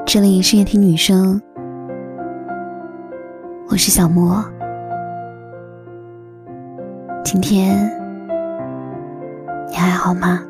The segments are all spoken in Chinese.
这里是夜听女生，我是小魔。今天你还好吗？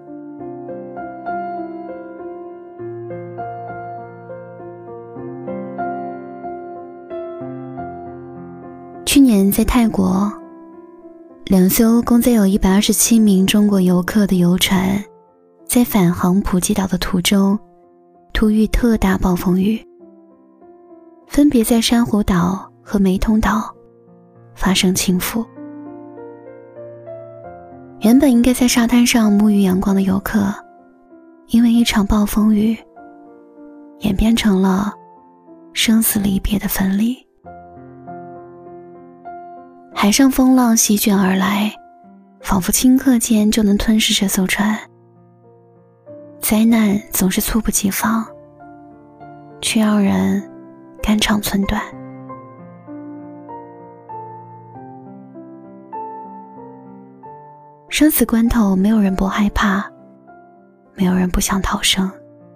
去年在泰国，2艘共载有127名中国游客的游船，在返航普吉岛的途中突遇特大暴风雨，分别在珊瑚岛和梅通岛发生倾覆。原本应该在沙滩上沐浴阳光的游客，因为一场暴风雨演变成了生死离别的分离。海上风浪席卷而来，仿佛顷刻间就能吞噬这艘船。灾难总是猝不及防，却让人肝肠寸断。生死关头，没有人不害怕，没有人不想逃生。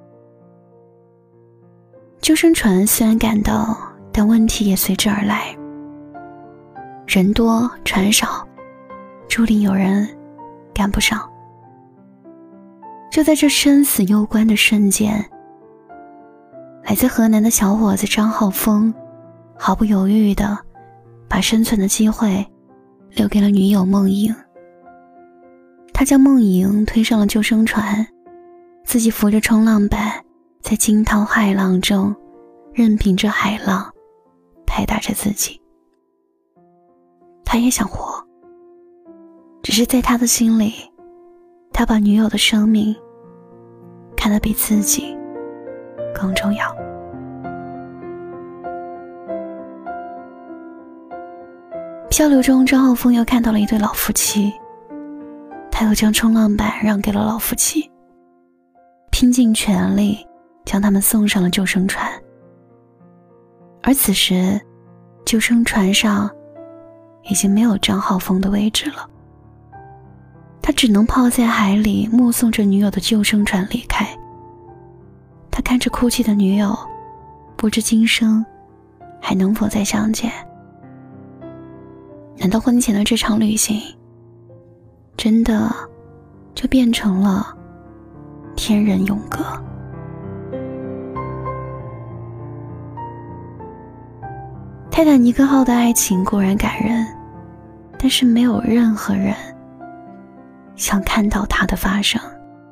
救生船虽然赶到，但问题也随之而来。人多船少，注定有人赶不上。就在这生死攸关的瞬间，来自河南的小伙子张浩峰毫不犹豫地把生存的机会留给了女友梦莹。他将梦莹推上了救生船，自己扶着冲浪板，在惊涛骇浪中任凭着海浪拍打着自己。他也想活，只是在他的心里，他把女友的生命看得比自己更重要。漂流中，张浩峰又看到了一对老夫妻，他又将冲浪板让给了老夫妻，拼尽全力将他们送上了救生船。而此时，救生船上已经没有张浩峰的位置了，他只能泡在海里，目送着女友的救生船离开。他看着哭泣的女友，不知今生还能否再相见。难道婚前的这场旅行真的就变成了天人永隔？泰坦尼克号的爱情固然感人，但是没有任何人想看到它的发生。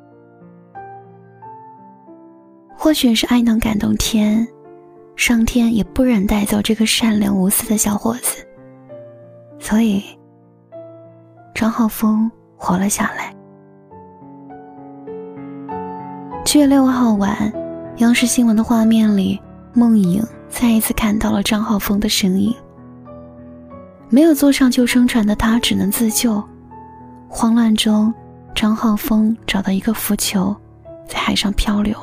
或许是爱能感动天，上天也不忍带走这个善良无私的小伙子，所以张浩峰活了下来。7月6号晚，央视新闻的画面里，梦莹再一次看到了张浩峰的身影。没有坐上救生船的他只能自救。慌乱中，张浩峰找到一个浮球，在海上漂流。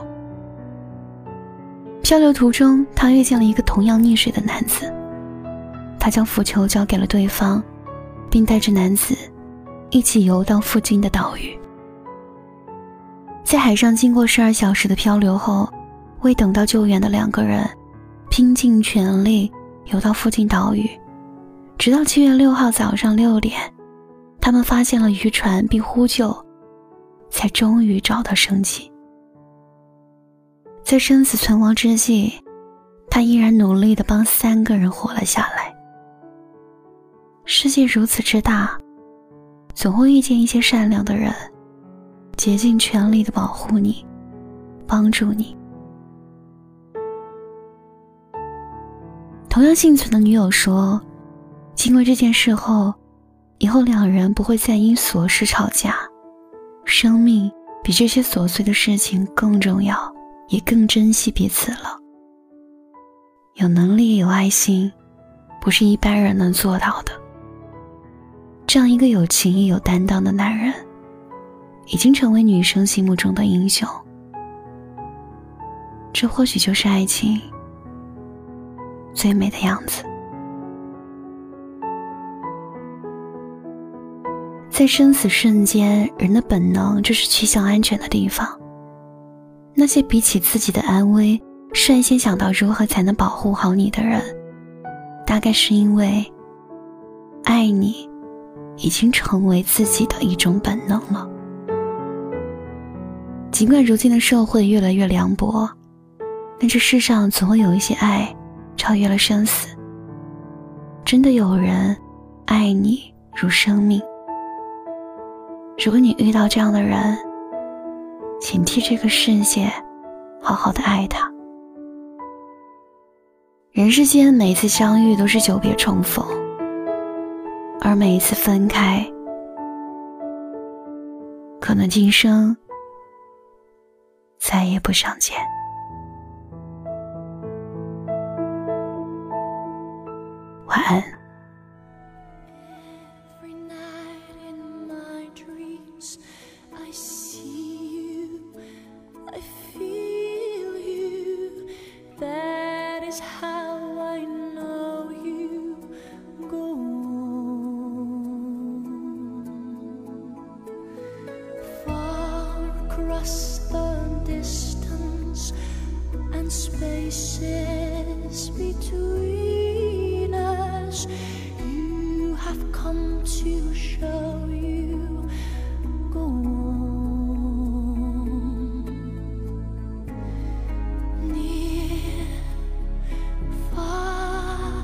漂流途中，他遇见了一个同样溺水的男子，他将浮球交给了对方，并带着男子一起游到附近的岛屿。在海上经过12小时的漂流后，未等到救援的2个人拼尽全力游到附近岛屿，直到7月6号早上6点，他们发现了渔船并呼救，才终于找到生机。在生死存亡之际，他依然努力地帮3个人活了下来。世界如此之大，总会遇见一些善良的人，竭尽全力地保护你，帮助你。同样幸存的女友说，经过这件事后，以后2人不会再因琐事吵架，生命比这些琐碎的事情更重要，也更珍惜彼此了。有能力有爱心，不是一般人能做到的。这样一个有情义有担当的男人，已经成为女生心目中的英雄。这或许就是爱情最美的样子。在生死瞬间，人的本能就是去向安全的地方。那些比起自己的安危率先想到如何才能保护好你的人，大概是因为爱你已经成为自己的一种本能了。尽管如今的社会越来越凉薄，但这世上总会有一些爱超越了生死。真的有人爱你如生命。如果你遇到这样的人，请替这个世界好好的爱他。人世间每一次相遇都是久别重逢，而每一次分开，可能今生再也不相见。晚安。 Spaces between us, you have come to show you go on. Near, far,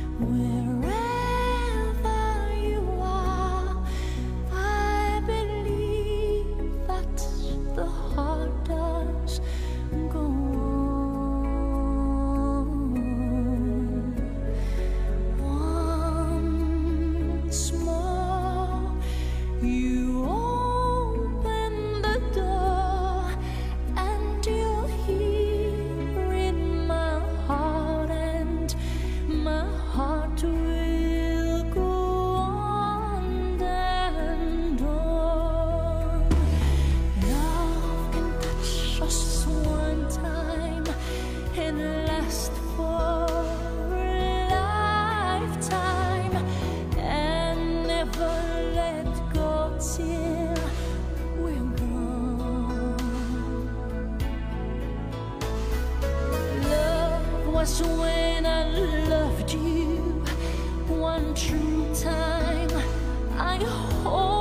wherever you are, I believe that the heart does go on. Was when I loved you one true time. I hope